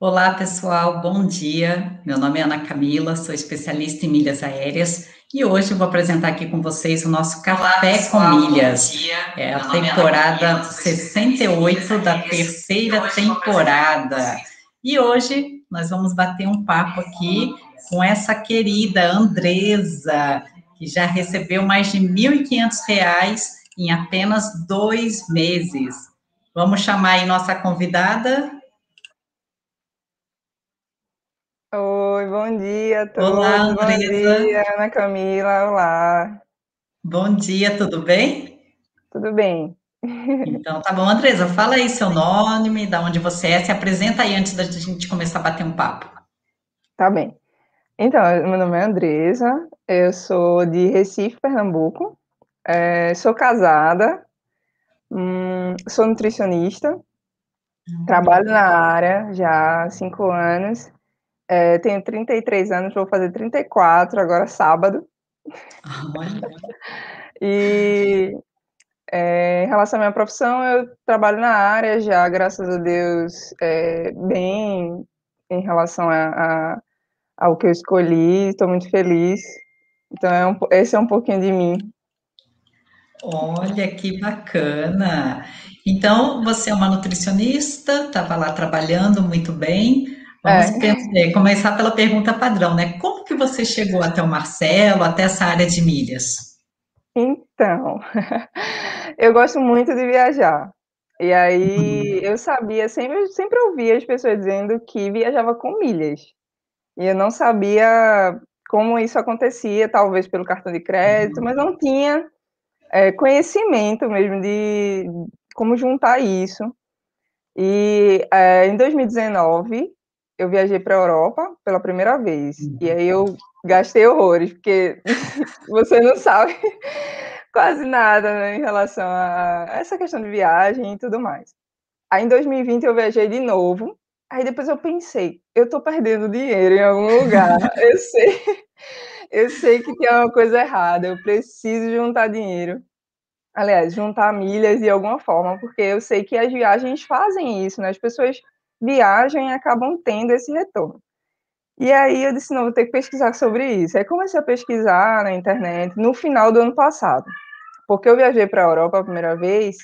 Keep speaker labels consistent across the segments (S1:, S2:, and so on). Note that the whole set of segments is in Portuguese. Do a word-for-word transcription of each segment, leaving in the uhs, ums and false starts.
S1: Olá, pessoal, bom dia. Meu nome é Ana Camila, sou especialista em milhas aéreas e hoje eu vou apresentar aqui com vocês o nosso
S2: Olá,
S1: Café com
S2: pessoal, bom
S1: Milhas.
S2: dia.
S1: É a
S2: Meu nome é Ana
S1: temporada
S2: Camila, sou
S1: sessenta e
S2: especialista em milhas
S1: oito da
S2: aéreas e
S1: terceira
S2: hoje eu vou apresentar aqui com
S1: temporada.
S2: vocês.
S1: E hoje nós vamos bater um papo aqui com essa querida Andresa, que já recebeu mais de mil e quinhentos reais em apenas dois meses. Vamos chamar aí nossa convidada.
S2: Oi, bom dia a
S1: Olá,
S2: todos. Bom
S1: Andresa.
S2: dia, Ana Camila. Olá.
S1: Bom dia, tudo bem?
S2: Tudo bem?
S1: Então, tá bom, Andresa, fala aí seu nome, da onde você é, se apresenta aí antes da gente começar a bater um papo.
S2: Tá bem. Então, meu nome é Andresa, eu sou de Recife, Pernambuco, é, sou casada, hum, sou nutricionista, trabalho na área já há cinco anos, é, tenho trinta e três anos, vou fazer trinta e quatro agora sábado,
S1: Olha,
S2: e É, em relação à minha profissão, eu trabalho na área já, graças a Deus, é, bem em relação a, a, ao que eu escolhi, estou muito feliz. Então, é um, esse é um pouquinho de mim.
S1: olha que bacana. Então, você é uma nutricionista, estava lá trabalhando muito bem. Vamos
S2: É,
S1: pensar, começar pela pergunta padrão, né? Como que você chegou até o Marcelo, até essa área de milhas?
S2: então, eu gosto muito de viajar. E aí, eu sabia, sempre, sempre ouvia as pessoas dizendo que viajava com milhas. E eu não sabia como isso acontecia, talvez pelo cartão de crédito, mas não tinha é, conhecimento mesmo de como juntar isso. E é, em dois mil e dezenove eu viajei para a Europa pela primeira vez. E aí eu gastei horrores, porque você não sabe quase nada, né, em relação a essa questão de viagem e tudo mais. Aí em dois mil e vinte eu viajei de novo. Aí depois eu pensei, eu tô perdendo dinheiro em algum lugar. Eu sei, eu sei que tem uma coisa errada. Eu preciso juntar dinheiro. Aliás, juntar milhas de alguma forma, porque eu sei que as viagens fazem isso, né, as pessoas viajam e acabam tendo esse retorno. E aí eu disse: "Não, vou ter que pesquisar sobre isso". Aí comecei a pesquisar na internet no final do ano passado, porque eu viajei para a Europa a primeira vez,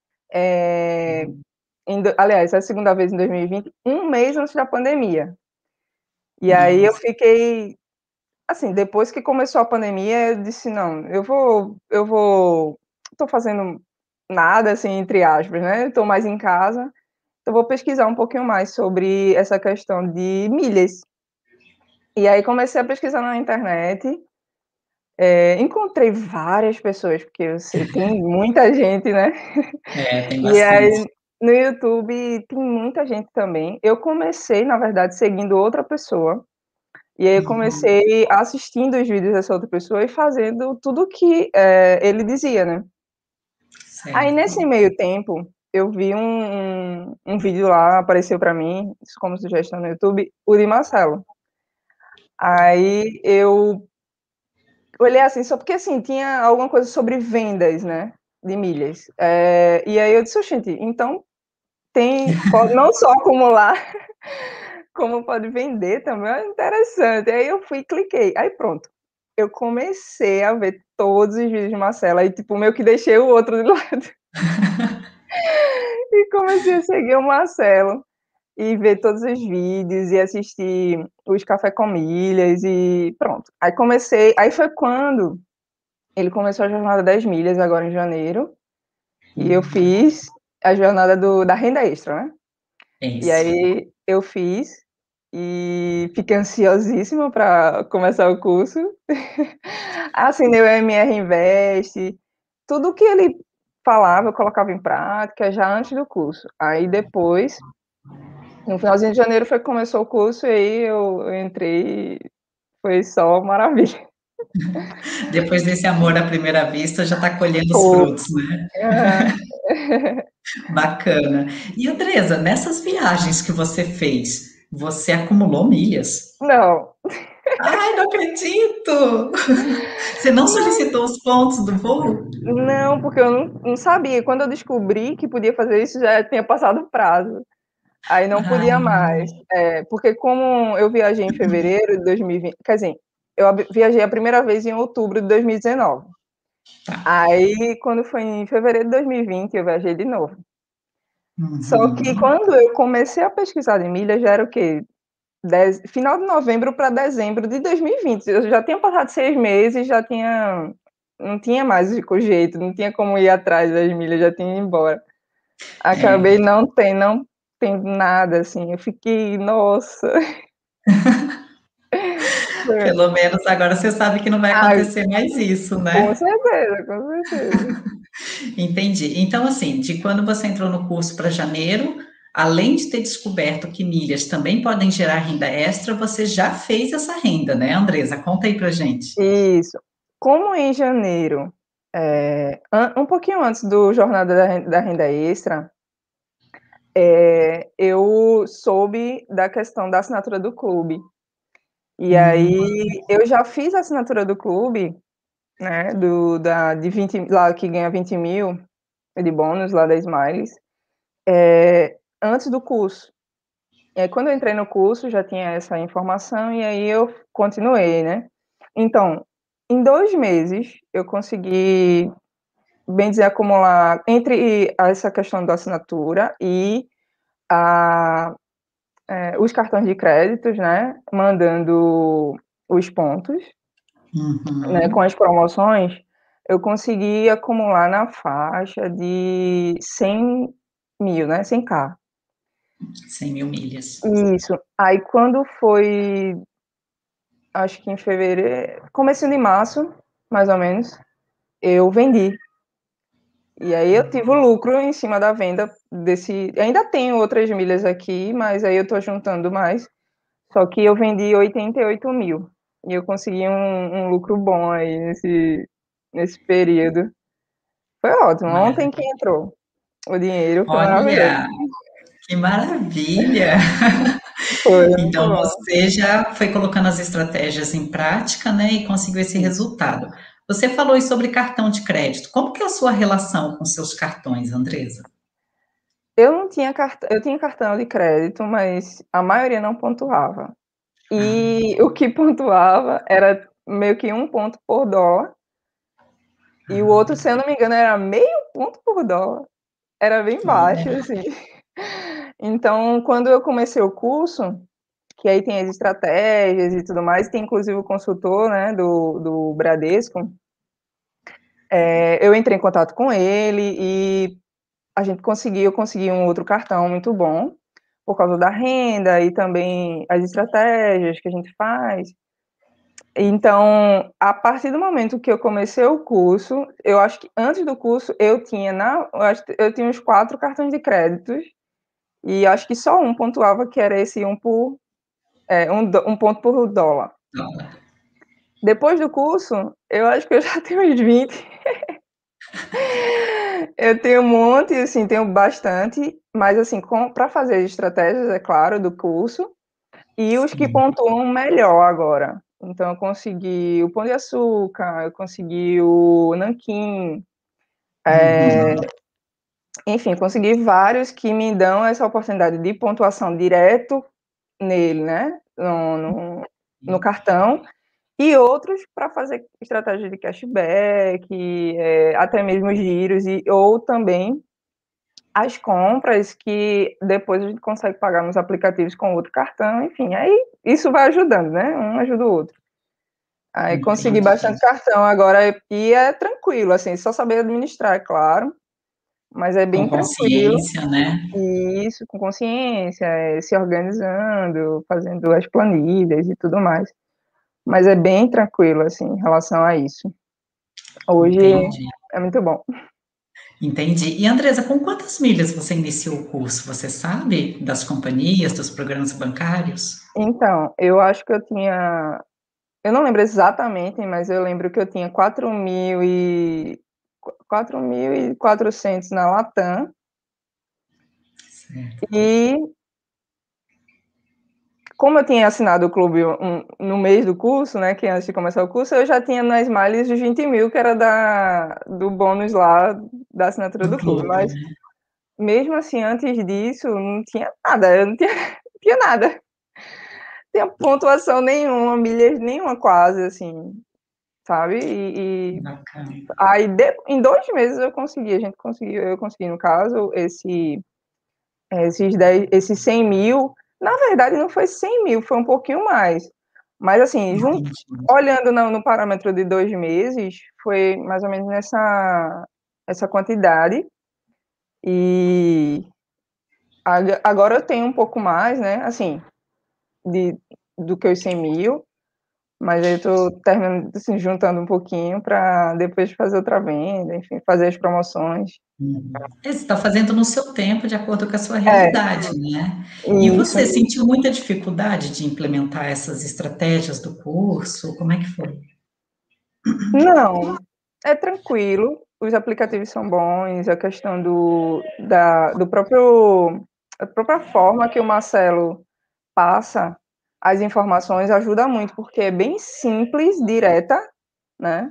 S2: eh, em do aliás, a segunda vez em dois mil e vinte, um mês antes da pandemia. E aí eu
S1: Nossa.
S2: fiquei assim, depois que começou a pandemia, eu disse: "Não, eu vou eu vou tô fazendo nada, assim, entre aspas, né, estou mais em casa, então vou pesquisar um pouquinho mais sobre essa questão de milhas". E aí comecei a pesquisar na internet, eh, encontrei várias pessoas, porque eu sei, tem muita gente, né.
S1: É, tem
S2: E
S1: bastante.
S2: aí no YouTube tem muita gente também. Eu comecei, na verdade, seguindo outra pessoa. E aí eu comecei assistindo os vídeos dessa outra pessoa e fazendo tudo que, eh, ele dizia, né. Aí
S1: Certo.
S2: nesse meio tempo, eu vi um um um vídeo lá, apareceu pra mim, isso como sugestão no YouTube, o de Marcelo. Aí eu olhei assim, só porque assim, tinha alguma coisa sobre vendas, né, de milhas. Eh, e aí eu disse: "Oxente, então tem pode não só acumular, como pode vender também, é interessante". Aí eu fui e cliquei, aí pronto. Eu comecei a ver todos os vídeos de Marcelo, aí tipo, meio que deixei o outro de lado e comecei a seguir o Marcelo e ver todos os vídeos e assistir os Café com Milhas e pronto. Aí comecei aí foi quando ele começou a jornada das milhas agora em janeiro, e eu fiz a jornada do da renda extra, né.
S1: É
S2: E
S1: isso.
S2: aí eu fiz, e fiquei ansiosíssima para começar o curso. Assinei o M R Invest, tudo que ele falava eu colocava em prática já antes do curso. Aí depois, no finalzinho de janeiro foi que começou o curso e aí eu eu entrei e foi só maravilha.
S1: Depois desse amor à primeira vista, já está colhendo os
S2: Foi.
S1: frutos, né?
S2: Aham.
S1: Bacana. E Andresa, nessas viagens que você fez, você acumulou milhas?
S2: Não,
S1: Ai, não acredito! Você não
S2: não,
S1: solicitou os pontos do voo?
S2: não, porque eu não não sabia. Quando eu descobri que podia fazer isso, já tinha passado o prazo. Aí não podia mais,
S1: Ah,
S2: é, porque como eu viajei em fevereiro de dois mil e vinte, quer dizer, eu viajei a primeira vez em outubro de dois mil e dezenove.
S1: tá.
S2: Aí, quando foi em fevereiro de dois mil e vinte, eu viajei de novo. Só que
S1: Uhum.
S2: quando eu comecei a pesquisar de milhas, já era o quê? Dez, final de novembro para dezembro de dois mil e vinte. Eu já tinha passado seis meses, já tinha, não tinha mais o jeito, não tinha como ir atrás das milhas, já tinha ido embora. Acabei
S1: É.
S2: não tem, não tendo nada, assim. Eu fiquei, nossa.
S1: Pelo menos agora você sabe que não vai
S2: Ai,
S1: acontecer mais isso,
S2: com
S1: né?
S2: certeza, com certeza.
S1: Entendi. Então, assim, de quando você entrou no curso para janeiro, além de ter descoberto que milhas também podem gerar renda extra, você já fez essa renda, né, Andresa? Conta aí pra gente.
S2: Isso. Como em janeiro, é, um pouquinho antes do Jornada da Renda, da Renda Extra, é, eu soube da questão da assinatura do clube. E
S1: Hum,
S2: aí eu já fiz a assinatura do clube, né, do, da, de vinte, lá que ganha vinte mil de bônus lá da Smiles, é, antes do curso. E aí, quando eu entrei no curso, já tinha essa informação, e aí eu continuei, né? Então, em dois meses, eu consegui, bem dizer, acumular entre essa questão da assinatura e a, é, os cartões de créditos, né? Mandando os pontos, né? Com
S1: uhum.
S2: as promoções, eu consegui acumular na faixa de cem mil, né? cem k.
S1: cem mil milhas.
S2: Isso. Aí, quando foi, acho que em fevereiro, comecinho de março, mais ou menos, eu vendi. E aí eu tive o lucro em cima da venda desse. Ainda tenho outras milhas aqui, mas aí eu tô juntando mais. Só que eu vendi oitenta e oito mil. E eu consegui um, um lucro bom aí nesse, nesse período. Foi ótimo. Ontem que
S1: Maravilha.
S2: entrou o dinheiro, foi maravilhoso.
S1: Olha, que maravilha!
S2: Foi muito
S1: Então,
S2: bom.
S1: você já foi colocando as estratégias em prática, né, e conseguiu esse
S2: Isso.
S1: resultado. Você falou aí sobre cartão de crédito. Como que é a sua relação com seus cartões, Andresa?
S2: Eu não tinha cartão, eu tinha cartão de crédito, mas a maioria não pontuava.
S1: Ah,
S2: E o que pontuava era meio que um ponto por dólar, e o outro, se eu não me engano, era meio ponto por dólar. Era bem baixo,
S1: olha.
S2: assim. Então, quando eu comecei o curso, que aí tem as estratégias e tudo mais, tem inclusive o consultor, né, do, do Bradesco, é, eu entrei em contato com ele e a gente conseguiu, eu consegui um outro cartão muito bom, por causa da renda e também as estratégias que a gente faz. Então, a partir do momento que eu comecei o curso, eu acho que antes do curso eu tinha na, eu, acho, eu tinha uns quatro cartões de créditos e acho que só um pontuava, que era esse um por é, um, um ponto por dólar. Depois do curso, eu acho que eu já tenho uns vinte. Eu tenho um monte, assim, tenho bastante, mas assim, para fazer as estratégias, é claro, do curso, e os que
S1: Sim.
S2: pontuam melhor agora. Então, eu consegui o Pão de Açúcar, eu consegui o Nanquim,
S1: Uhum.
S2: enfim, consegui vários que me dão essa oportunidade de pontuação direto nele, né? No, no, no cartão, e outros para fazer estratégia de cashback, é, até mesmo giros, e, ou também as compras que depois a gente consegue pagar nos aplicativos com outro cartão, enfim, aí isso vai ajudando, né? Um ajuda o outro. Aí consegui
S1: Entendi.
S2: bastante cartão agora e é tranquilo, assim, só saber administrar, é claro, mas é
S1: Com
S2: bem tranquilo.
S1: consciência, né?
S2: E isso com consciência, é, se organizando, fazendo as planilhas e tudo mais. Mas é bem tranquilo, assim, em relação a isso. Hoje
S1: Entendi.
S2: é muito bom.
S1: Entendi. E Andresa, com quantas milhas você iniciou o curso? Você sabe das companhias, dos programas bancários?
S2: Então, eu acho que eu tinha. Eu não lembro exatamente, mas eu lembro que eu tinha quatro mil e quatro mil e quatrocentos na Latam
S1: Certo.
S2: e como eu tinha assinado o clube um, no mês do curso, né, que antes de começar o curso, eu já tinha na Smiles de vinte mil, que era da, do bônus lá da assinatura
S1: Do
S2: do clube,
S1: clube,
S2: mas
S1: né?
S2: mesmo assim, antes disso, não tinha nada, eu não tinha não tinha nada. Não tinha pontuação nenhuma, milhas nenhuma quase, assim, sabe. E e
S1: Bacana.
S2: aí de em dois meses eu consegui, a gente conseguiu eu consegui no caso, esse esses dez esses cem mil, na verdade não foi cem mil, foi um pouquinho mais. Mas assim, jun
S1: Entendi.
S2: olhando no no parâmetro de dois meses, foi mais ou menos nessa essa quantidade. E ag agora eu tenho um pouco mais, né, assim, de do que os cem mil, mas aí eu tô terminando, assim, juntando um pouquinho pra depois fazer outra venda, enfim, fazer as promoções.
S1: Uhum. É, você tá fazendo no seu tempo, de acordo com a sua
S2: É.
S1: realidade, né. E
S2: Isso,
S1: você
S2: isso.
S1: sentiu muita dificuldade de implementar essas estratégias do curso? Como é que foi?
S2: Não, é tranquilo, os aplicativos são bons, a questão do da do próprio a própria forma que o Marcelo passa as informações ajuda muito, porque é bem simples, direta, né,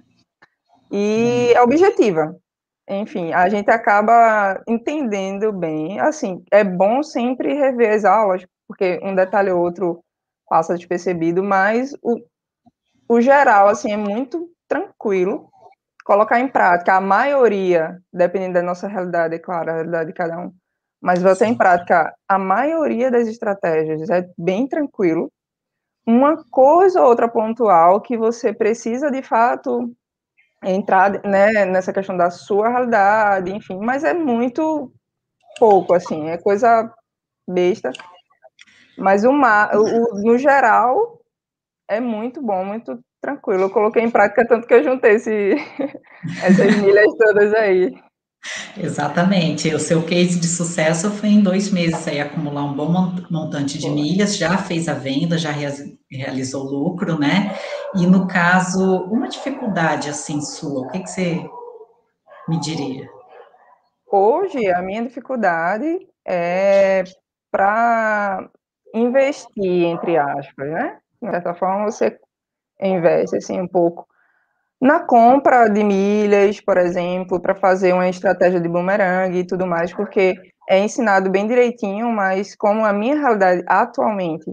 S2: e
S1: É.
S2: é objetiva. Enfim, a gente acaba entendendo bem, assim, é bom sempre rever as aulas, porque um detalhe ou outro passa despercebido, mas o o geral, assim, é muito tranquilo. Colocar em prática, a maioria, dependendo da nossa realidade, é claro, a realidade de cada um, mas botar em
S1: Sim.
S2: prática a maioria das estratégias é bem tranquilo. Uma coisa ou outra pontual que você precisa, de fato, entrar, né, nessa questão da sua realidade, enfim, mas é muito pouco, assim, é coisa besta. Mas o ma o o no geral, é muito bom, muito tranquilo. Eu coloquei em prática, tanto que eu juntei esse essas milhas todas aí.
S1: Exatamente, o seu case de sucesso foi em dois meses aí acumular um bom mon montante de
S2: Foi.
S1: milhas, já fez a venda, já reasi realizou lucro, né. E no caso, uma dificuldade, assim, sua, o que que você me diria?
S2: Hoje, a minha dificuldade é pra investir, entre aspas, né, de certa forma você investe, assim, um pouco na compra de milhas, por exemplo, pra fazer uma estratégia de bumerangue e tudo mais, porque é ensinado bem direitinho, mas como a minha realidade atualmente,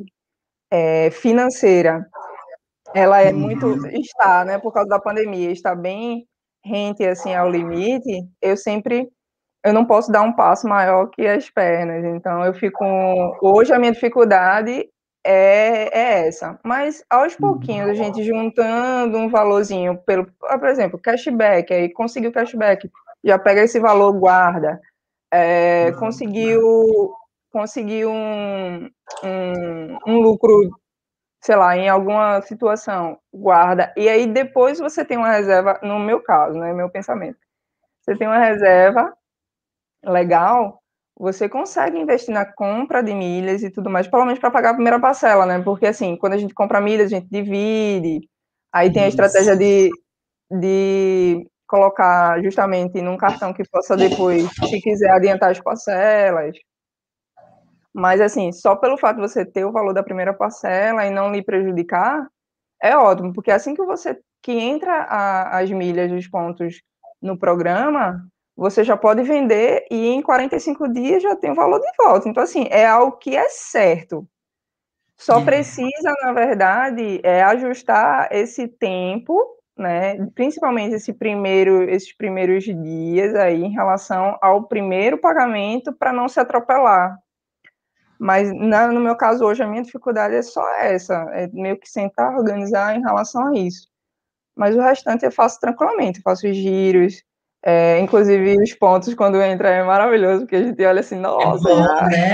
S2: é financeira, ela é muito
S1: Uhum.
S2: está, né, por causa da pandemia, está bem rente, assim, ao limite, eu sempre eu não posso dar um passo maior que as pernas, então eu fico hoje a minha dificuldade é é essa, mas aos pouquinhos, a
S1: Uhum.
S2: gente juntando um valorzinho pelo ah, por exemplo, cashback, aí conseguiu cashback, já pega esse valor, guarda, eh, conseguiu conseguiu um um um lucro, sei lá, em alguma situação, guarda, e aí depois você tem uma reserva, no meu caso, né, meu pensamento, você tem uma reserva legal, você consegue investir na compra de milhas e tudo mais, pelo menos pra pagar a primeira parcela, né, porque, assim, quando a gente compra milhas, a gente divide, aí tem a estratégia
S1: Isso.
S2: de de colocar justamente num cartão que possa depois, se quiser, adiantar as parcelas. Mas, assim, só pelo fato de você ter o valor da primeira parcela e não lhe prejudicar, é ótimo, porque assim que você que entra a as milhas, os pontos no programa, você já pode vender e em quarenta e cinco dias já tem o valor de volta, então, assim, é algo que é certo. Só
S1: É.
S2: precisa, na verdade, eh, ajustar esse tempo, né, principalmente esse primeiro esses primeiros dias aí, em relação ao primeiro pagamento, pra não se atropelar. Mas na no meu caso hoje, a minha dificuldade é só essa, é meio que sentar, organizar em relação a isso. Mas o restante eu faço tranquilamente, eu faço os giros, eh, inclusive os pontos quando entra é maravilhoso, porque a gente olha assim:
S1: É
S2: "Nossa,
S1: bom,
S2: já"
S1: né.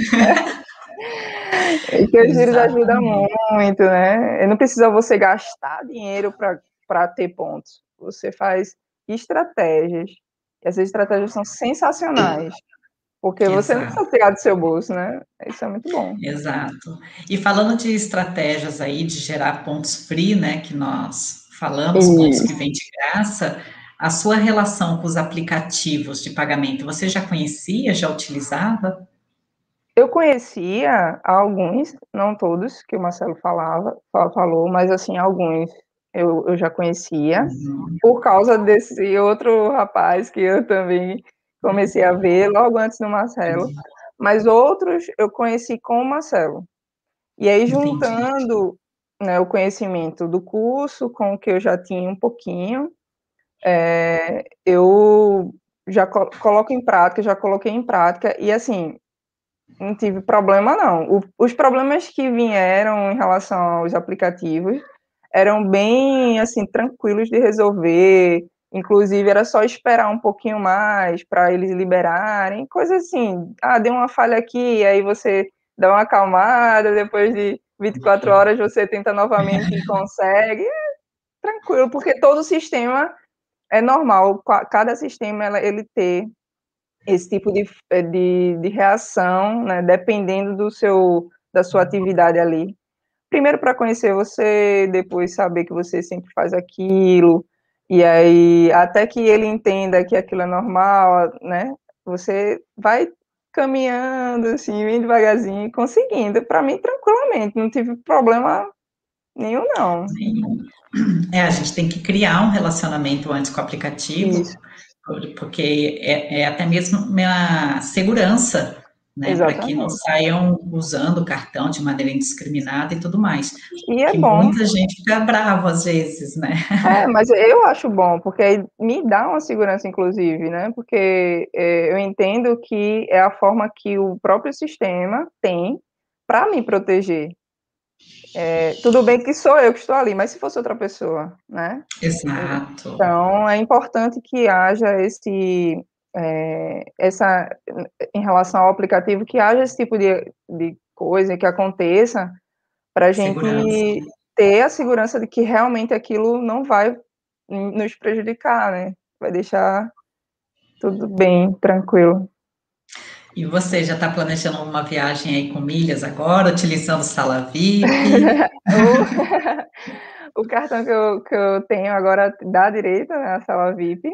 S2: É que os giros ajuda
S1: Exatamente.
S2: muito, né, e não precisa você gastar dinheiro pra pra ter pontos, você faz estratégias, essas estratégias são sensacionais, porque você não
S1: Exato.
S2: precisa tirar do seu bolso, né, isso é muito bom.
S1: Exato. E falando de estratégias aí de gerar pontos free, né, que nós falamos, pontos que
S2: Isso.
S1: vêm de graça, a sua relação com os aplicativos de pagamento, você já conhecia, já utilizava?
S2: Eu conhecia alguns, não todos, que o Marcelo falava fa falou, mas, assim, alguns eu eu já conhecia,
S1: Uhum.
S2: por causa desse outro rapaz que eu também comecei a ver logo antes do Marcelo, mas outros eu conheci com o Marcelo. E aí, juntando, né, o conhecimento do curso com o que eu já tinha um pouquinho, é, eu já co coloco em prática, já coloquei em prática, e assim, não tive problema não. O, os problemas que vieram em relação aos aplicativos eram bem, assim, tranquilos de resolver, inclusive era só esperar um pouquinho mais para eles liberarem, coisa assim, ah, deu uma falha aqui, aí você dá uma acalmada, depois de vinte e quatro horas você tenta novamente e consegue, é tranquilo, porque todo sistema é normal, cada sistema ela, ele ter esse tipo de, de, de reação, né, dependendo do seu, da sua atividade ali. Primeiro para conhecer você, depois saber que você sempre faz aquilo, e aí até que ele entenda que aquilo é normal, né? Você vai caminhando assim, bem devagarzinho, conseguindo. Para mim, tranquilamente, não tive problema nenhum, não.
S1: É, a gente tem que criar um relacionamento antes com o aplicativo,
S2: Isso.
S1: porque é, é até mesmo minha segurança, né, para que não saiam usando o cartão de maneira indiscriminada e tudo mais.
S2: E é
S1: que
S2: bom.
S1: Muita gente fica brava às vezes, né?
S2: É, mas eu acho bom, porque me dá uma segurança, inclusive, né? Porque é, eu entendo que é a forma que o próprio sistema tem para me proteger. É, tudo bem que sou eu que estou ali, mas se fosse outra pessoa, né?
S1: Exato.
S2: Então, é importante que haja esse, é, essa, em relação ao aplicativo, que haja esse tipo de, de coisa que aconteça, para a gente
S1: Segurança.
S2: ter a segurança de que realmente aquilo não vai nos prejudicar, né? Vai deixar tudo bem, tranquilo.
S1: E você já está planejando uma viagem aí com milhas agora, utilizando Sala V I P?
S2: o, o cartão que eu, que eu tenho agora dá direito, né, à Sala V I P.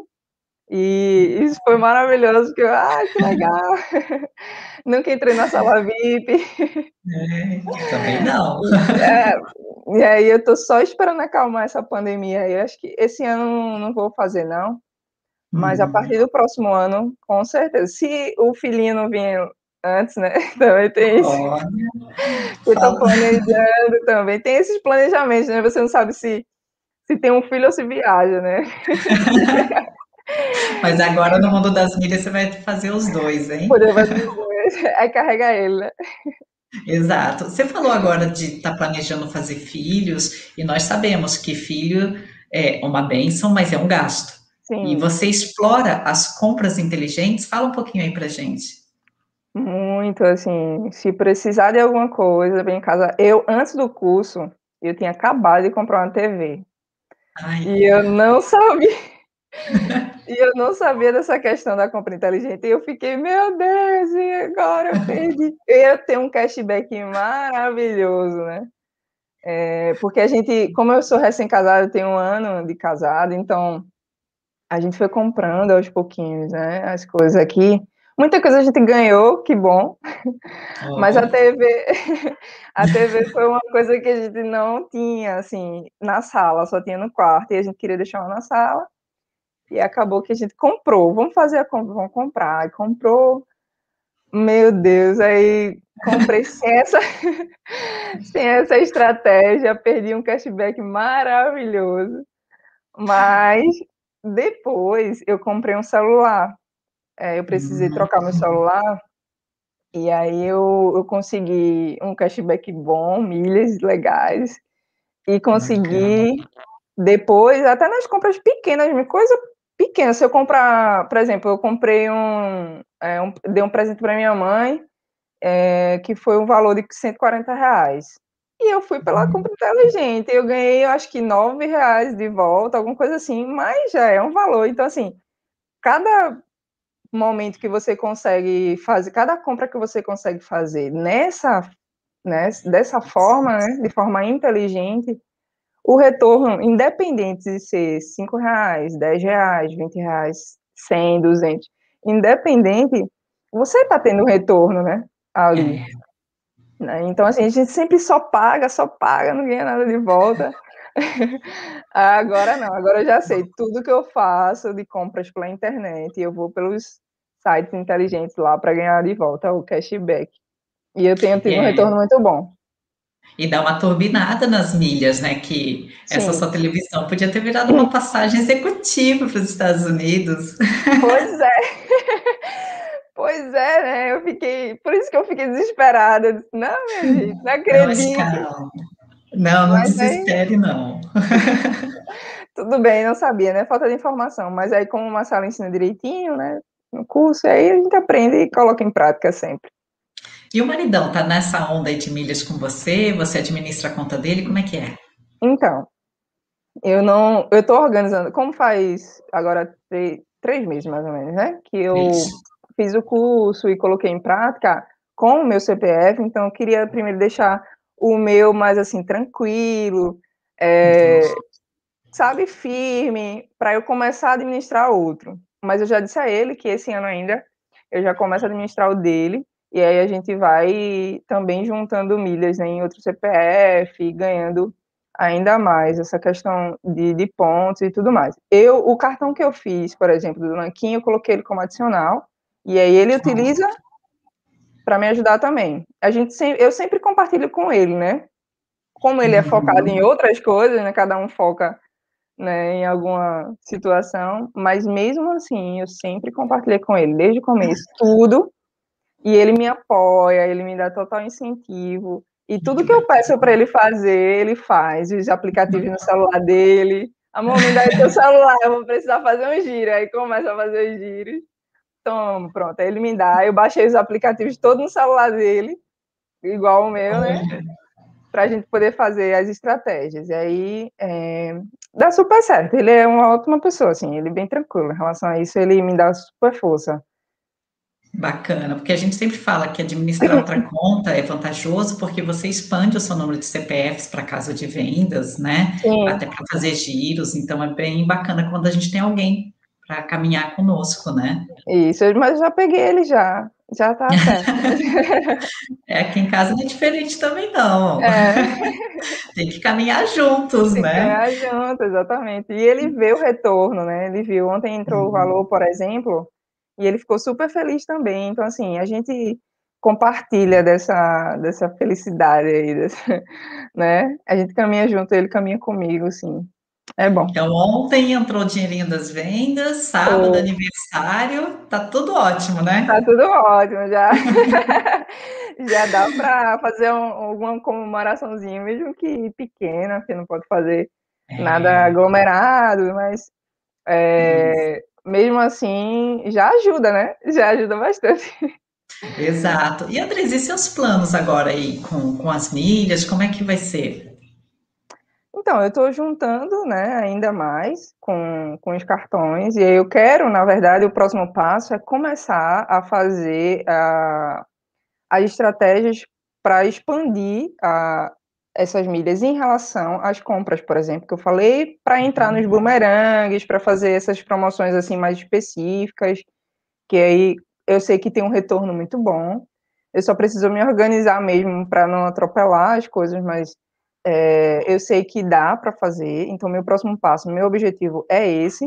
S2: E isso foi maravilhoso, porque eu, ah, que legal! Nunca entrei na Sala V I P.
S1: É, também não.
S2: É, e aí eu tô só esperando acalmar essa pandemia aí. Eu acho que esse ano não, não vou fazer, não. Mas a partir do próximo ano, com certeza. Se o filhinho não vier antes, né? Também tem isso.
S1: Olha,
S2: Eu tô
S1: fala...
S2: planejando também. Tem esses planejamentos, né? Você não sabe se, se tem um filho ou se viaja, né?
S1: Mas agora no mundo das milhas você vai fazer os dois, hein?
S2: Poder fazer os dois. É carregar ele, né?
S1: Exato. Você falou agora de estar tá planejando fazer filhos, e nós sabemos que filho é uma bênção, mas é um gasto.
S2: Sim.
S1: E você explora as compras inteligentes? Fala um pouquinho aí pra gente.
S2: Muito, assim, se precisar de alguma coisa, vem em casa. Eu, antes do curso, eu tinha acabado de comprar uma T V. Ai. E eu não sabia. E eu não sabia dessa questão da compra inteligente. E eu fiquei, meu Deus, e agora eu perdi. Eu ia ter um cashback maravilhoso, né? É, porque a gente, como eu sou recém-casada, eu tenho um ano de casado, então a gente foi comprando aos pouquinhos, né? As coisas aqui. Muita coisa a gente ganhou, que bom. Oh. Mas a T V, a T V foi uma coisa que a gente não tinha, assim, na sala, só tinha no quarto, e a gente queria deixar uma na sala. E acabou que a gente comprou, vamos fazer a compra, vamos comprar. E comprou, meu Deus, aí comprei sem essa, sem essa estratégia, perdi um cashback maravilhoso. Mas depois eu comprei um celular, é, eu precisei hum. trocar meu celular, e aí eu, eu consegui um cashback bom, milhas legais, e consegui depois, até nas compras pequenas, coisa pequena. Se eu comprar, por exemplo, eu comprei um, é, um dei um presente para minha mãe, é, que foi um valor de cento e quarenta reais. E eu fui pela compra inteligente, eu ganhei, eu acho que nove reais de volta, alguma coisa assim, mas já é um valor. Então, assim, cada momento que você consegue fazer, cada compra que você consegue fazer nessa, né, dessa forma, né, de forma inteligente, o retorno, independente de ser cinco reais, dez reais, vinte reais, cem, duzentos, independente, você está tendo retorno, né, ali. É. Então, assim, a gente sempre só paga, só paga, não ganha nada de volta. Agora não, agora eu já sei, tudo que eu faço de compras pela internet, eu vou pelos sites inteligentes lá para ganhar de volta o cashback. E eu tenho tido é. um retorno muito bom.
S1: E dá uma turbinada nas milhas, né? Que Sim. essa sua televisão podia ter virado uma passagem executiva para os Estados Unidos.
S2: Pois é. Pois é, né? Eu fiquei. Por isso que eu fiquei desesperada. Eu disse, não, minha gente, não acredito.
S1: Não, não mas desespere, aí... não.
S2: Tudo bem, não sabia, né? Falta de informação. Mas aí, como uma sala ensina direitinho, né? No curso, aí a gente aprende e coloca em prática sempre.
S1: E o maridão tá nessa onda aí de milhas com você? Você administra a conta dele? Como é que é?
S2: Então, eu não... Eu tô organizando... Como faz agora três, três meses, mais ou menos, né? Que eu Isso. fiz o curso e coloquei em prática com o meu C P F. Então, eu queria primeiro deixar o meu mais, assim, tranquilo, é, sabe, firme, para eu começar a administrar outro. Mas eu já disse a ele que esse ano ainda eu já começo a administrar o dele, e aí a gente vai também juntando milhas, né, em outro C P F, ganhando ainda mais essa questão de, de pontos e tudo mais. Eu, o cartão que eu fiz, por exemplo, do Nanquim, eu coloquei ele como adicional, e aí ele utiliza para me ajudar também. A gente sempre, eu sempre compartilho com ele, né? Como ele é focado em outras coisas, né? Cada um foca, né, em alguma situação, mas mesmo assim, eu sempre compartilhei com ele, desde o começo, tudo, e ele me apoia, ele me dá total incentivo, e tudo que eu peço para ele fazer, ele faz, os aplicativos no celular dele, amor, me dá aí teu celular, eu vou precisar fazer um giro, aí começa a fazer os giros, toma, pronto, aí ele me dá, eu baixei os aplicativos todos no celular dele, igual o meu, né, para a gente poder fazer as estratégias, e aí é, dá super certo, ele é uma ótima pessoa, assim, ele é bem tranquilo em relação a isso, ele me dá super força.
S1: Bacana, porque a gente sempre fala que administrar outra conta é vantajoso porque você expande o seu número de C P Fs para casa de vendas, né? Sim. Até para fazer giros, então é bem bacana quando a gente tem alguém para caminhar conosco, né?
S2: Isso, mas eu já peguei ele já, já tá certo.
S1: É, aqui em casa não é diferente também, não. É. Tem que caminhar juntos,
S2: Tem
S1: né?
S2: Tem que caminhar juntos, exatamente. E ele vê o retorno, né? Ele viu, ontem entrou uhum. o valor, por exemplo, e ele ficou super feliz também. Então, assim, a gente compartilha dessa, dessa felicidade aí, dessa, né? A gente caminha junto, ele caminha comigo, assim. É bom.
S1: Então, ontem entrou o dinheirinho das vendas, sábado, oh. aniversário, tá tudo ótimo, né?
S2: Tá tudo ótimo, já. Já dá para fazer um, alguma comemoraçãozinha, mesmo que pequena, porque não pode fazer é. nada aglomerado, mas é, mesmo assim já ajuda, né? Já ajuda bastante.
S1: Exato. E, Andres, e seus planos agora aí com, com as milhas, como é que vai ser?
S2: Então, eu estou juntando, né, ainda mais com, com os cartões, e eu quero, na verdade, o próximo passo é começar a fazer a, as estratégias para expandir a, essas milhas em relação às compras, por exemplo, que eu falei, para entrar nos bumerangues, para fazer essas promoções assim mais específicas, que aí eu sei que tem um retorno muito bom. Eu só preciso me organizar mesmo para não atropelar as coisas, mas é, eu sei que dá para fazer. Então, meu próximo passo, meu objetivo é esse,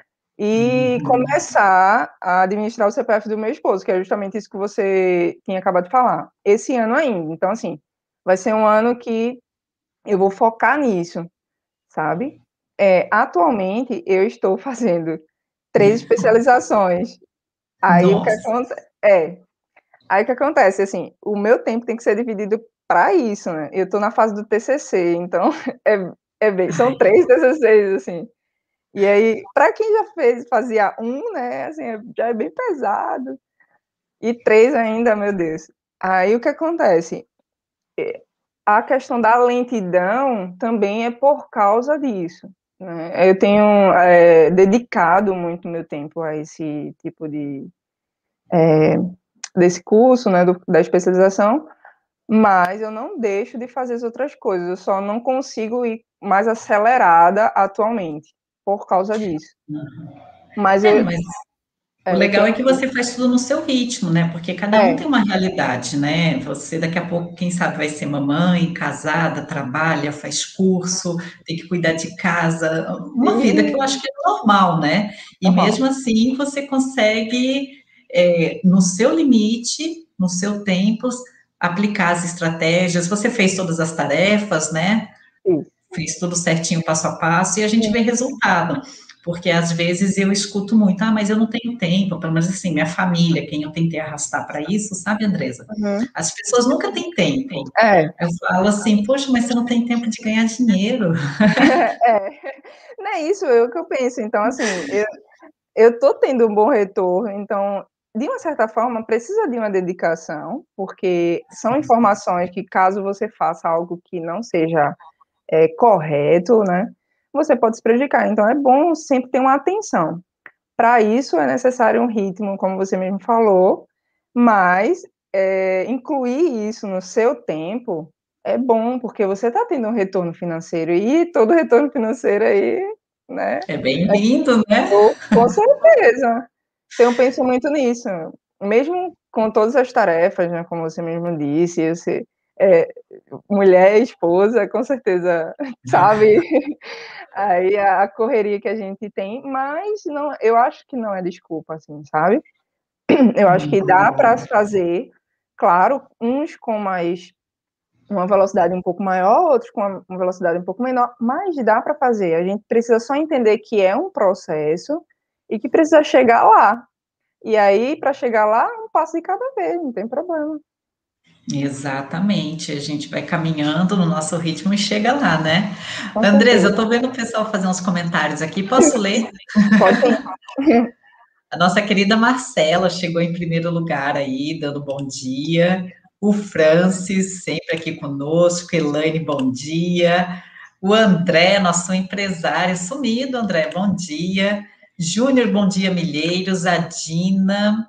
S2: e uhum. começar a administrar o C P F do meu esposo, que é justamente isso que você tinha acabado de falar, esse ano ainda. Então, assim, vai ser um ano que eu vou focar nisso, sabe? É, atualmente, eu estou fazendo três especializações. Aí, Nossa. o que acontece... É, aí o que acontece, assim, o meu tempo tem que ser dividido para isso, né? Eu estou na fase do T C C, então, é, é bem, são três T C Cs, assim. E aí, para quem já fez, fazia um, né, assim, já é bem pesado. E três ainda, meu Deus. Aí o que acontece? A questão da lentidão também é por causa disso, né? Eu tenho é, dedicado muito meu tempo a esse tipo de... É, desse curso, né, do, da especialização, mas eu não deixo de fazer as outras coisas, eu só não consigo ir mais acelerada atualmente. Por causa disso. Mas,
S1: é,
S2: eu,
S1: mas é, o legal é que você faz tudo no seu ritmo, né? Porque cada um é. tem uma realidade, né? Você daqui a pouco, quem sabe, vai ser mamãe, casada, trabalha, faz curso, tem que cuidar de casa, uma e... vida que eu acho que é normal, né? E normal. Mesmo assim você consegue é, no seu limite, no seu tempo, aplicar as estratégias. Você fez todas as tarefas, né?
S2: Sim.
S1: Fiz tudo certinho, passo a passo, e a gente vê resultado. Porque às vezes eu escuto muito, ah, mas eu não tenho tempo, pelo menos assim, minha família, quem eu tentei arrastar para isso, sabe, Andresa?
S2: Uhum.
S1: As pessoas nunca têm tempo.
S2: É.
S1: Eu falo assim, poxa, mas você não tem tempo de ganhar dinheiro.
S2: É, não é isso, é o que eu penso. Então, assim, eu, eu tô tendo um bom retorno, então, de uma certa forma, precisa de uma dedicação, porque são informações que, caso você faça algo que não seja é, correto, né, você pode se prejudicar. Então, é bom sempre ter uma atenção. Para isso, é necessário um ritmo, como você mesmo falou, mas é, incluir isso no seu tempo é bom, porque você está tendo um retorno financeiro, e todo retorno financeiro aí, né?
S1: É bem-vindo, né?
S2: Oh, com certeza. Então, eu penso muito nisso. Mesmo com todas as tarefas, né, como você mesmo disse, você, é, mulher, esposa, com certeza, sabe? Aí a correria que a gente tem, mas não, eu acho que não é desculpa, assim, sabe? Eu acho que dá para se fazer, claro, uns com mais uma velocidade um pouco maior, outros com uma velocidade um pouco menor, mas dá para fazer. A gente precisa só entender que é um processo e que precisa chegar lá. E aí, para chegar lá, um passo de cada vez, não tem problema.
S1: Exatamente, a gente vai caminhando no nosso ritmo e chega lá, né?
S2: Com
S1: Andresa, eu
S2: certeza.
S1: tô vendo o pessoal fazer uns comentários aqui, posso ler?
S2: Pode sim.
S1: A nossa querida Marcela chegou em primeiro lugar aí, dando bom dia. O Francis, sempre aqui conosco. Elaine, bom dia. O André, nosso empresário, sumido, André, bom dia. Júnior, bom dia, Milheiros. A Dina.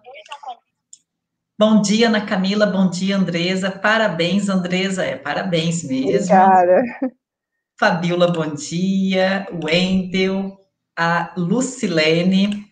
S1: Bom dia, Ana Camila, bom dia, Andresa. Parabéns, Andresa. É, parabéns mesmo.
S2: Obrigada.
S1: Fabiola, bom dia. Wendel, a Lucilene.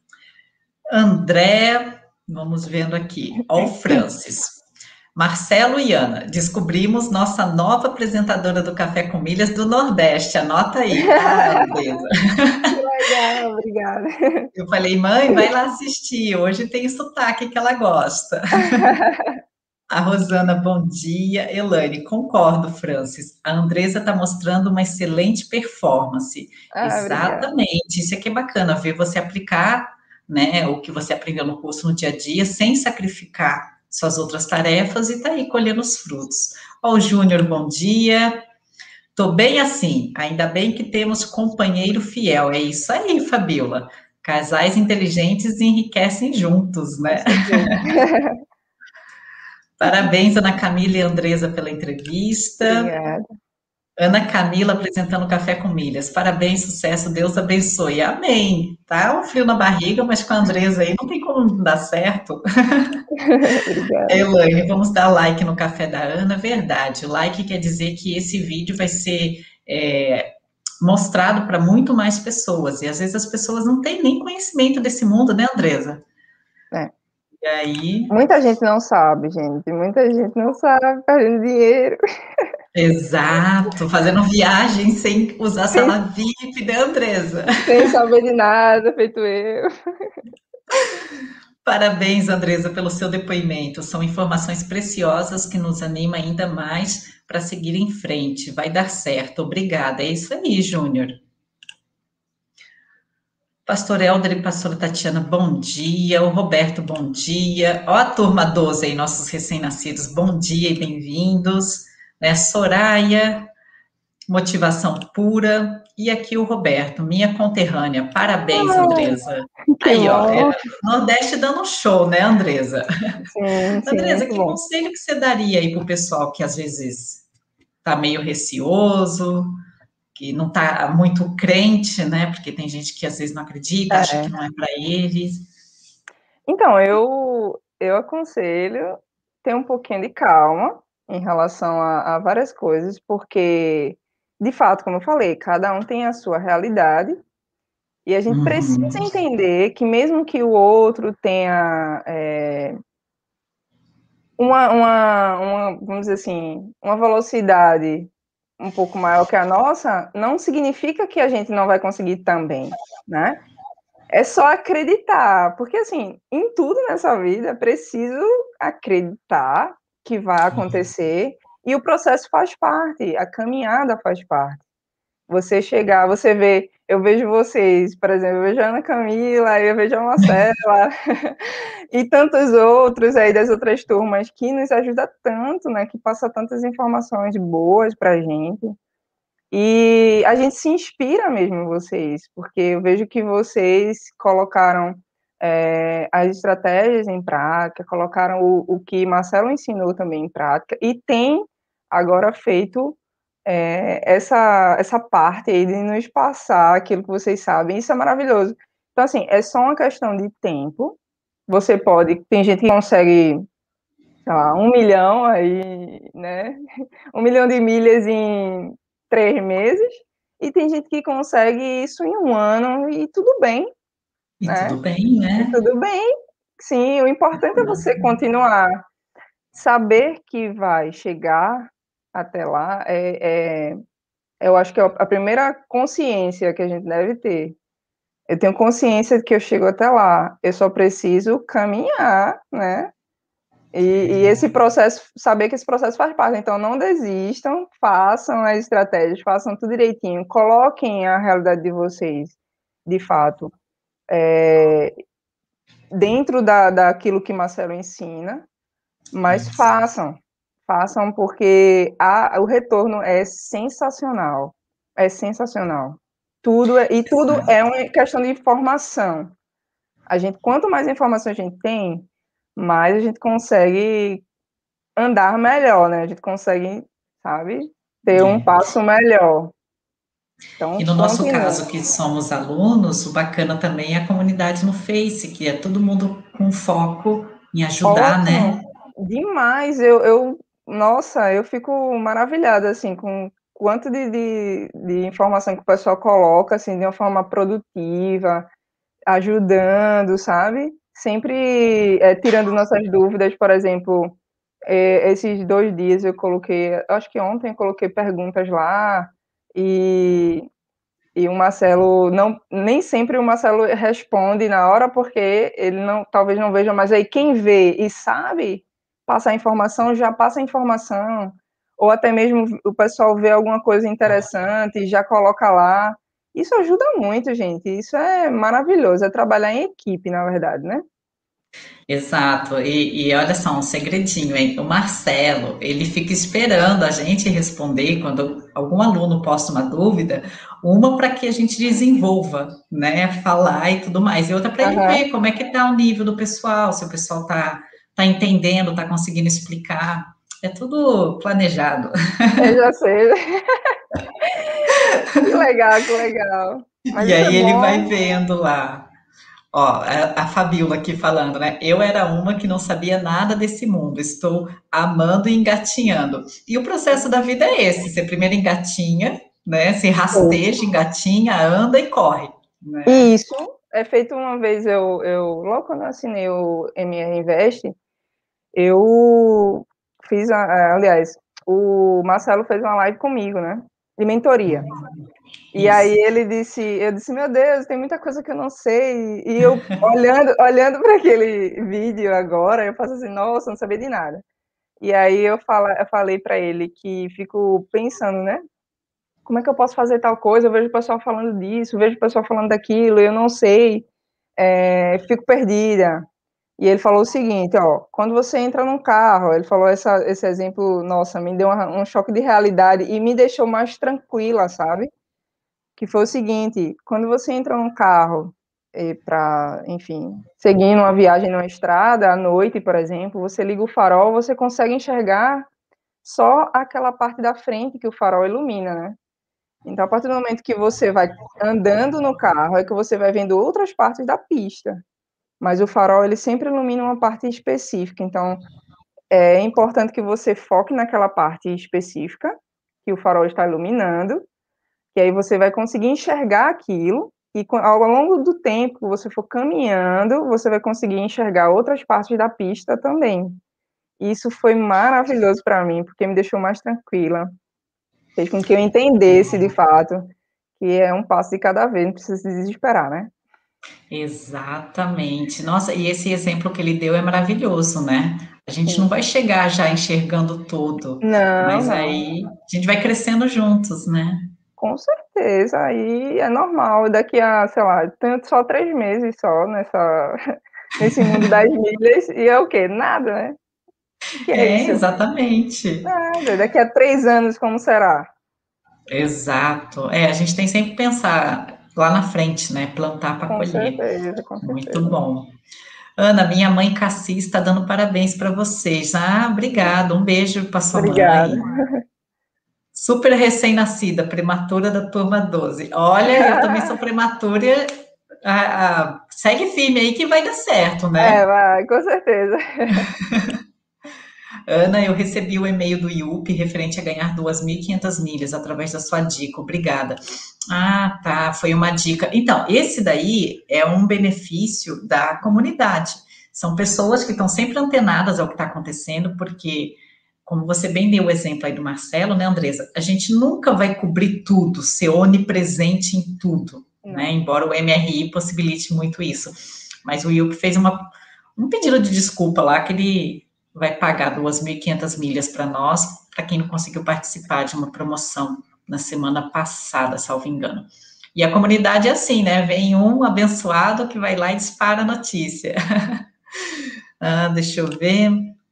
S1: André, vamos vendo aqui. Ó, o Francis. Marcelo e Ana, descobrimos nossa nova apresentadora do Café com Milhas do Nordeste. Anota aí. Ah, Andresa.
S2: Que legal, obrigada.
S1: Eu falei, mãe, vai lá assistir. Hoje tem sotaque que ela gosta. A Rosana, bom dia. Elaine, concordo, Francis. A Andresa está mostrando uma excelente performance.
S2: Ah, obrigada.
S1: Exatamente. Isso aqui é bacana, ver você aplicar, né, o que você aprendeu no curso no dia a dia, sem sacrificar suas outras tarefas e tá aí colhendo os frutos. Ó, o Júnior, bom dia. Tô bem assim, ainda bem que temos companheiro fiel. É isso aí, Fabiola. Casais inteligentes enriquecem juntos,
S2: Com
S1: né?
S2: certeza.
S1: Parabéns, Ana Camila e Andresa, pela entrevista.
S2: Obrigada.
S1: Ana Camila apresentando Café com Milhas. Parabéns, sucesso, Deus abençoe. Amém. Tá um frio na barriga, mas com a Andresa aí não tem como não dar certo.
S2: Obrigada.
S1: Elaine, vamos dar like no Café da Ana. Verdade, o like quer dizer que esse vídeo vai ser é, mostrado para muito mais pessoas. E às vezes as pessoas não têm nem conhecimento desse mundo, né, Andresa?
S2: É.
S1: E aí.
S2: Muita gente não sabe, gente. Muita gente não sabe, perdendo dinheiro.
S1: Exato, fazendo viagem sem usar
S2: Sem,
S1: sala V I P, né, Andresa?
S2: sem saber de nada, feito eu.
S1: Parabéns, Andresa, pelo seu depoimento. São informações preciosas que nos animam ainda mais para seguir em frente. Vai dar certo. Obrigada. É isso aí, Júnior. Pastor Helder e pastora Tatiana, bom dia. O Roberto, bom dia. Ó, a turma doze aí, nossos recém-nascidos, bom dia e bem-vindos. Né? Soraya, motivação pura. E aqui o Roberto, minha conterrânea. Parabéns, Andresa.
S2: Que
S1: Aí, ó, é
S2: bom.
S1: Nordeste dando um show, né, Andresa?
S2: Sim, sim,
S1: Andresa,
S2: muito
S1: que
S2: bom.
S1: conselho que você daria aí pro pessoal que às vezes tá meio receoso, que não tá muito crente, né? Porque tem gente que às vezes não acredita, acha
S2: É.
S1: que não é para eles.
S2: Então, eu, eu aconselho ter um pouquinho de calma em relação a, a várias coisas, porque, de fato, como eu falei, cada um tem a sua realidade, e a gente precisa
S1: Uhum.
S2: entender que mesmo que o outro tenha é, uma, uma, uma, vamos dizer assim, uma velocidade um pouco maior que a nossa, não significa que a gente não vai conseguir também, né? É só acreditar, porque assim, em tudo nessa vida é preciso acreditar que vai acontecer e o processo faz parte, a caminhada faz parte. Você chegar, você vê, eu vejo vocês, por exemplo, eu vejo a Ana Camila, eu vejo a Marcela e tantos outros aí das outras turmas que nos ajuda tanto, né, que passa tantas informações boas pra gente. E a gente se inspira mesmo em vocês, porque eu vejo que vocês colocaram é, as estratégias em prática, colocaram o, o que Marcelo ensinou também em prática, e tem agora feito é, essa, essa parte aí de nos passar aquilo que vocês sabem, isso é maravilhoso. Então, assim, é só uma questão de tempo, você pode, tem gente que consegue, sei lá, um milhão aí, né, um milhão de milhas em três meses, e tem gente que consegue isso em um ano, e tudo bem,
S1: E
S2: né?
S1: tudo bem,
S2: E
S1: né?
S2: tudo bem, sim, o importante é você continuar, saber que vai chegar até lá, é, é, eu acho que é a primeira consciência que a gente deve ter. Eu tenho consciência de que eu chego até lá, eu só preciso caminhar, né? E, e esse processo, saber que esse processo faz parte. Então, não desistam, façam as estratégias, façam tudo direitinho, coloquem a realidade de vocês, de fato, é, dentro da, daquilo que Marcelo ensina, mas façam, façam, porque a, o retorno é sensacional, é sensacional. Tudo é, e tudo é uma questão de informação. A gente, quanto mais informação a gente tem, mais a gente consegue andar melhor, né? A gente consegue, sabe, ter um
S1: É.
S2: passo melhor.
S1: E
S2: Então,
S1: no nosso
S2: continue.
S1: caso, que somos alunos, o bacana também é a comunidade no Face, que é todo mundo com foco em ajudar, né?
S2: Ótimo, demais. Eu, eu, nossa, eu fico maravilhada, assim, com o quanto de, de, de informação que o pessoal coloca, assim, de uma forma produtiva, ajudando, sabe? Sempre é, tirando nossas dúvidas, por exemplo, é, esses dois dias eu coloquei, acho que ontem eu coloquei perguntas lá, e E o Marcelo não, nem sempre o Marcelo responde na hora, porque ele não, talvez não veja, mas aí quem vê e sabe passar a informação, já passa a informação, ou até mesmo o pessoal vê alguma coisa interessante e já coloca lá. Isso ajuda muito, gente. Isso é maravilhoso, é trabalhar em equipe, na verdade, né?
S1: Exato. E, e olha só, um segredinho, hein? O Marcelo, ele fica esperando a gente responder quando algum aluno posta uma dúvida, uma para que a gente desenvolva, né? Falar e tudo mais, e outra para ele
S2: Aham,
S1: ver como é que tá o nível do pessoal, se o pessoal tá, tá entendendo, tá conseguindo explicar. É tudo planejado.
S2: eu já sei. Que legal, que legal. Mas
S1: E
S2: isso é
S1: aí ele vai
S2: bom.
S1: vendo lá. Ó, a, a Fabiola aqui falando, né? Eu era uma que não sabia nada desse mundo, estou amando e engatinhando. E o processo da vida é esse: você primeiro engatinha, né? Se rasteja, engatinha, anda e corre, né?
S2: E isso é feito uma vez, eu, eu logo quando eu assinei o M R Invest, eu fiz, a, a- aliás, o Marcelo fez uma live comigo, né, de mentoria. E aí
S1: Isso.
S2: ele disse, eu disse, meu Deus, tem muita coisa que eu não sei. E eu olhando, olhando para aquele vídeo agora, eu faço assim, nossa, não sabia de nada. E aí eu, fala, eu falei para ele que fico pensando, né, como é que eu posso fazer tal coisa? Eu vejo o pessoal falando disso, eu vejo o pessoal falando daquilo, eu não sei. É, fico perdida. E ele falou o seguinte, ó, quando você entra num carro, ele falou essa, esse exemplo, nossa, me deu uma, um choque de realidade e me deixou mais tranquila, sabe? Que foi o seguinte, quando você entra num carro para, enfim, seguindo uma viagem numa estrada, à noite, por exemplo, você liga o farol, você consegue enxergar só aquela parte da frente que o farol ilumina, né? Então, a partir do momento que você vai andando no carro, é que você vai vendo outras partes da pista. Mas o farol, ele sempre ilumina uma parte específica. Então, é importante que você foque naquela parte específica que o farol está iluminando, que aí você vai conseguir enxergar aquilo, e ao longo do tempo que você for caminhando, você vai conseguir enxergar outras partes da pista também. Isso foi maravilhoso para mim, porque me deixou mais tranquila, fez com que eu entendesse, de fato, que é um passo de cada vez, não precisa se desesperar, né?
S1: Exatamente. Nossa, e esse exemplo que ele deu é maravilhoso, né? A gente não
S2: Sim.
S1: vai chegar já enxergando tudo,
S2: Não,
S1: mas
S2: não.
S1: aí a gente vai crescendo juntos, né?
S2: Com certeza, aí é normal. Daqui a, sei lá, tenho só três meses só nessa nesse mundo das milhas e é o quê? Nada, né. O que é
S1: É,
S2: isso?
S1: exatamente.
S2: Nada. Daqui a três anos como será?
S1: Exato. É, a gente tem sempre que pensar lá na frente, né? Plantar para
S2: Com
S1: colher.
S2: certeza, com
S1: Muito
S2: certeza.
S1: bom. Ana, minha mãe Cassi está dando parabéns para vocês. Ah, obrigada. Um beijo para sua
S2: Obrigada.
S1: mãe. Super recém-nascida, prematura da turma doze. Olha, eu também sou prematura. Ah, ah, segue firme aí que vai dar certo,
S2: É,
S1: né?
S2: vai, com certeza.
S1: Ana, eu recebi o e-mail do I U P referente a ganhar duas mil e quinhentas milhas através da sua dica. Obrigada. Ah, tá. Foi uma dica. Então, esse daí é um benefício da comunidade. São pessoas que estão sempre antenadas ao que está acontecendo, porque, como você bem deu o exemplo aí do Marcelo, né, Andresa? A gente nunca vai cobrir tudo, ser onipresente em tudo, né?
S2: Não,
S1: Embora o M R I possibilite muito isso. Mas o I U P fez uma, um pedido de desculpa lá que ele vai pagar duas mil e quinhentas milhas para nós, para quem não conseguiu participar de uma promoção na semana passada, salvo engano. E a comunidade é assim, né? Vem um abençoado que vai lá e dispara a notícia. Ah, deixa eu ver.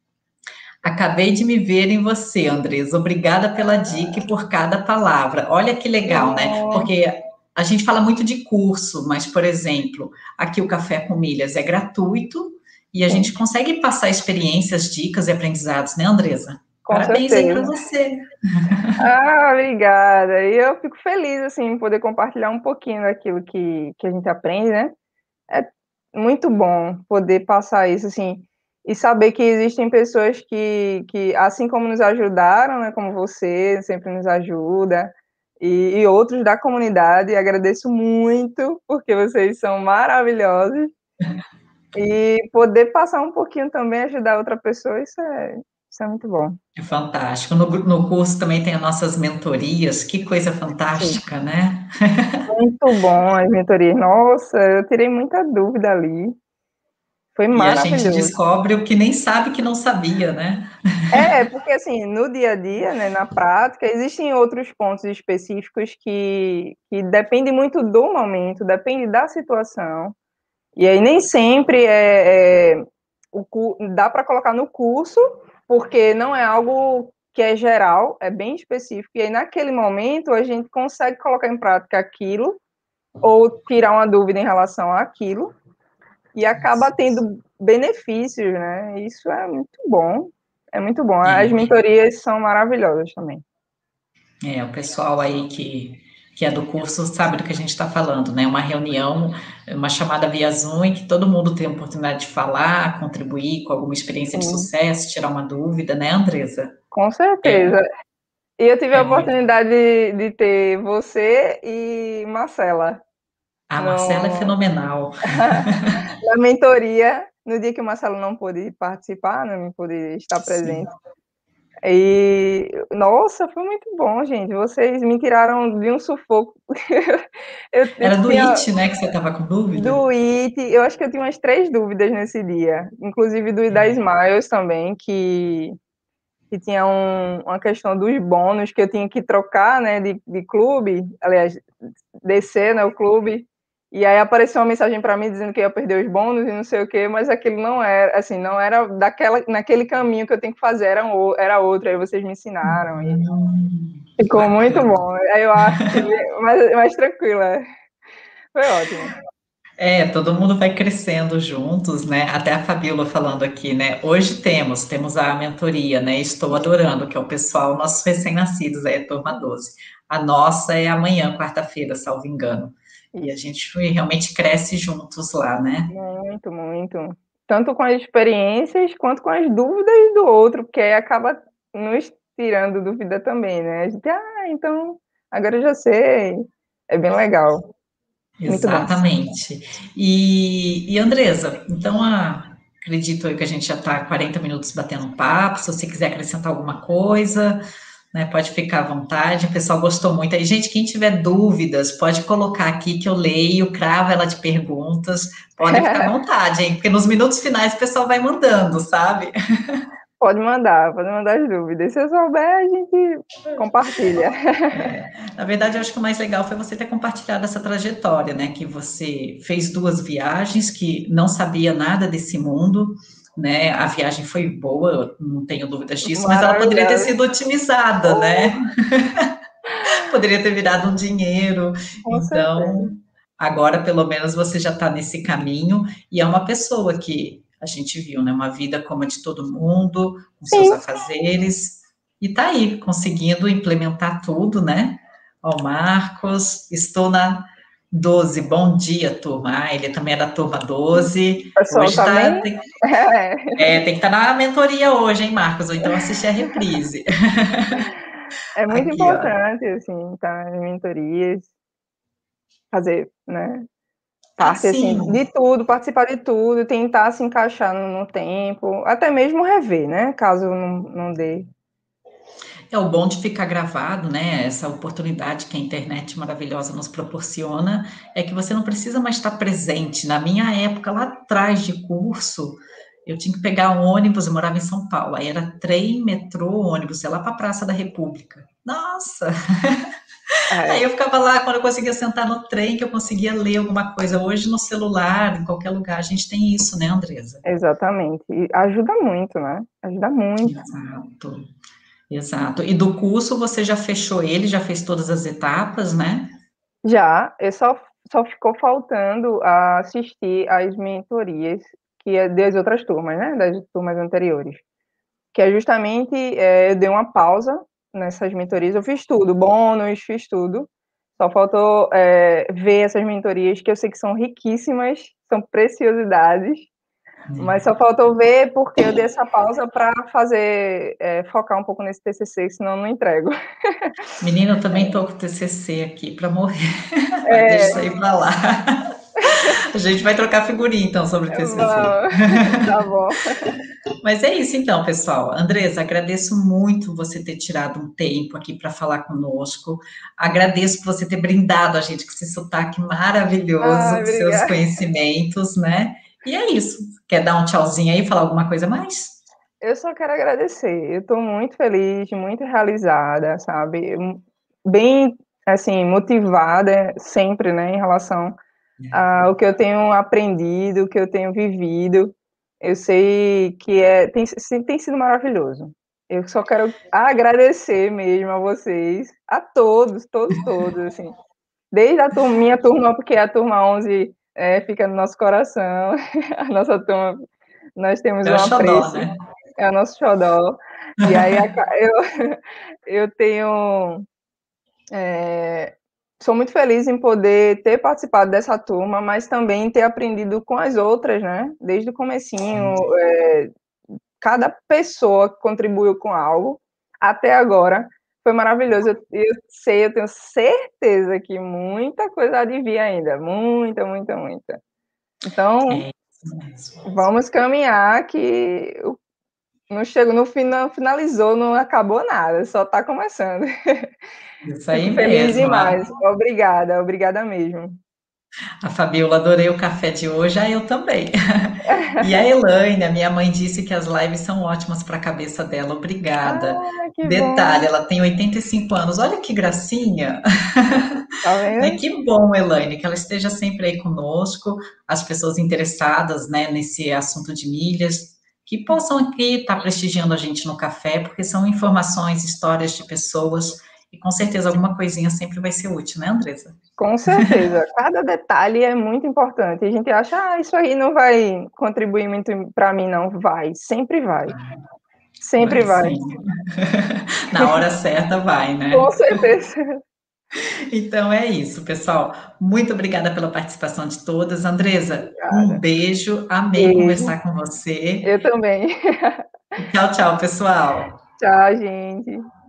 S1: Acabei de me ver em você, Andres. Obrigada pela dica e por cada palavra. Olha que legal, né?
S2: não,
S1: Porque a gente fala muito de curso, mas, por exemplo, aqui o Café com Milhas é gratuito e a gente
S2: sim,
S1: consegue passar experiências, dicas e aprendizados, né, Andresa?
S2: com
S1: Parabéns aí para
S2: certeza.
S1: você.
S2: Ah, obrigada. E eu fico feliz, assim, em poder compartilhar um pouquinho daquilo que que a gente aprende, né. É muito bom poder passar isso, assim, e saber que existem pessoas que que, assim como nos ajudaram, né, como você sempre nos ajuda, e e outros da comunidade, agradeço muito, porque vocês são maravilhosos, e poder passar um pouquinho também, ajudar outra pessoa, isso é isso é muito bom.
S1: É fantástico. No, no curso também tem as nossas mentorias, que coisa
S2: Sim.
S1: fantástica, né?
S2: Muito bom as mentorias. Nossa, eu tirei muita dúvida ali. Foi
S1: E a gente
S2: maravilhoso.
S1: descobre o que nem sabe que não sabia, né?
S2: É, porque assim, no dia a dia, né, na prática, existem outros pontos específicos que que depende muito do momento, depende da situação, e aí nem sempre, é eh, o cu dá para colocar no curso, porque não é algo que é geral, é bem específico, e aí naquele momento a gente consegue colocar em prática aquilo, ou tirar uma dúvida em relação àquilo, e acaba tendo benefícios, né, isso é muito bom, é muito bom. As
S1: É,
S2: mentorias são maravilhosas também.
S1: é, o pessoal aí que, que é do curso sabe do que a gente está falando, né? Uma reunião, uma chamada via Zoom em que todo mundo tem a oportunidade de falar, contribuir com alguma experiência de
S2: Sim,
S1: sucesso, tirar uma dúvida, né, Andresa?
S2: com
S1: É,
S2: certeza. E eu tive a
S1: é muito.
S2: oportunidade de de ter você e Marcela
S1: A Marcela é
S2: no
S1: fenomenal.
S2: na mentoria, no dia que o Marcelo não pôde participar, né, não pôde estar
S1: Sim.
S2: presente. E, nossa, foi muito bom, gente, vocês me tiraram de um sufoco. Eu eu
S1: Era do
S2: tinha
S1: It, né, que você estava com dúvida?
S2: do I T, eu acho que eu tinha umas três dúvidas nesse dia, inclusive do da
S1: É.
S2: Smiles também, que que tinha um uma questão dos bônus que eu tinha que trocar, né, de de clube, aliás, descer, né, o clube, e aí apareceu uma mensagem para mim dizendo que ia perder os bônus e não sei o quê, mas aquilo não era, assim, não era daquela naquele caminho que eu tenho que fazer, era um era outro, aí vocês me ensinaram e
S1: Hum, que
S2: ficou muito
S1: bacana.
S2: bom. Aí eu acho que mais mais tranquilo, é. Foi ótimo.
S1: É, todo mundo vai crescendo juntos, né? Até a Fabíola falando aqui, né? Hoje temos, temos a mentoria, né? Estou adorando, que é o pessoal, nossos recém-nascidos, aí, a turma doze. A nossa é amanhã, quarta-feira, salvo engano. E a
S2: Isso.
S1: gente realmente cresce juntos lá, né?
S2: Muito, muito. Tanto com as experiências, quanto com as dúvidas do outro, porque aí acaba nos tirando dúvida também, né. A gente: "Ah, então, agora eu já sei". É bem legal, muito bom.
S1: Exatamente. E, e Andresa, então ah, acredito eu que a gente já está quarenta minutos batendo um papo. Se você quiser acrescentar alguma coisa, Né, pode ficar à vontade, o pessoal gostou muito. Aí, gente, quem tiver dúvidas, pode colocar aqui que eu leio, cravo ela de perguntas, podem ficar à vontade, hein? Porque nos minutos finais o pessoal vai mandando, sabe?
S2: Pode mandar, pode mandar as dúvidas. Se eu souber, a gente compartilha.
S1: É, na verdade, eu acho que o mais legal foi você ter compartilhado essa trajetória, né? Que você fez duas viagens, que não sabia nada desse mundo, né? A viagem foi boa, não tenho dúvidas disso, mas ela poderia ter sido otimizada, oh. né? Poderia ter virado um dinheiro.
S2: Com
S1: então,
S2: certeza.
S1: Agora pelo menos você já está nesse caminho e é uma pessoa que a gente viu, né? Uma vida como a de todo mundo, com seus Sim. afazeres, e está aí, conseguindo implementar tudo, né? Ó, Marcos, estou na doze, bom dia, turma. Ah, ele também é da turma doze.
S2: Pessoal,
S1: hoje
S2: também?
S1: tá, tem, é, tem que estar tá na mentoria hoje, hein, Marcos? Ou então assistir a reprise.
S2: É muito Aqui, importante, ó. assim, estar tá em mentorias, fazer, né? Parte, assim, assim, de tudo, participar de tudo, tentar se encaixar no, no tempo, até mesmo rever, né? Caso não, não dê.
S1: É o bom de ficar gravado, né? Essa oportunidade que a internet maravilhosa nos proporciona é que você não precisa mais estar presente. Na minha época, lá atrás de curso, eu tinha que pegar um ônibus, eu morava em São Paulo, aí era trem, metrô, ônibus, sei lá para a Praça da República. Nossa! É. Aí eu ficava lá, quando eu conseguia sentar no trem, que eu conseguia ler alguma coisa. Hoje, no celular, em qualquer lugar, a gente tem isso, né, Andresa?
S2: Exatamente. E ajuda muito, né? Ajuda muito.
S1: Exato. Exato. E do curso, você já fechou ele, já fez todas as etapas, né?
S2: Já, eu só, só ficou faltando assistir às mentorias que é das outras turmas, né? Das turmas anteriores. Que é justamente, é, eu dei uma pausa nessas mentorias, eu fiz tudo, bônus, fiz tudo. Só faltou é, ver essas mentorias, que eu sei que são riquíssimas, são preciosidades, mas só faltou ver porque eu dei essa pausa para fazer, é, focar um pouco nesse T C C, senão eu não entrego.
S1: Menina, eu também tô com o T C C aqui para morrer, mas é... deixa isso aí para lá. A gente vai trocar figurinha, então, sobre o T C C.
S2: Tá bom.
S1: Mas é isso, então, pessoal. Andresa, agradeço muito você ter tirado um tempo aqui para falar conosco. Agradeço por você ter brindado a gente com esse sotaque maravilhoso, ah, com seus conhecimentos, né? E é isso. Quer dar um tchauzinho aí, falar alguma coisa mais?
S2: Eu só quero agradecer. Eu estou muito feliz, muito realizada, sabe? Bem, assim, motivada sempre, né, em relação ao que eu tenho aprendido, o que eu tenho vivido. Eu sei que é, tem, tem sido maravilhoso. Eu só quero agradecer mesmo a vocês, a todos, todos, todos, assim. Desde a turma, minha turma, porque a turma onze é, fica no nosso coração, a nossa turma, nós temos
S1: é
S2: um
S1: xodó,
S2: apreço,
S1: né?
S2: É o nosso xodó. E aí eu, eu tenho... É, sou muito feliz em poder ter participado dessa turma, mas também ter aprendido com as outras, né? Desde o comecinho, é, cada pessoa que contribuiu com algo, até agora, foi maravilhoso. Eu, eu sei, eu tenho certeza que muita coisa há de vir ainda, muita, muita, muita. Então, é vamos caminhar, que não chego no final, finalizou, não acabou nada, só está começando.
S1: Isso aí
S2: Fico feliz
S1: mesmo.
S2: demais. Obrigada, obrigada mesmo.
S1: A Fabiola, adorei o café de hoje, ah, eu também. E a Elaine, a minha mãe disse que as lives são ótimas para a cabeça dela, obrigada.
S2: Ah, que
S1: Detalhe,
S2: bom.
S1: ela tem oitenta e cinco anos, olha que gracinha.
S2: Tá vendo?
S1: É, que bom, Elaine, que ela esteja sempre aí conosco, as pessoas interessadas, né, nesse assunto de milhas, que possam aqui estar prestigiando a gente no café, porque são informações, histórias de pessoas, e com certeza alguma coisinha sempre vai ser útil, né, Andresa?
S2: Com certeza. Cada detalhe é muito importante. A gente acha, ah, isso aí não vai contribuir muito para mim, não. Vai, sempre vai. Sempre vai. vai.
S1: Na hora certa vai, né?
S2: Com certeza.
S1: Então é isso, pessoal. Muito obrigada pela participação de todas. Andresa, obrigada. Um beijo. Amei beijo. Conversar com você.
S2: Eu também.
S1: Tchau, tchau, pessoal.
S2: Tchau, gente.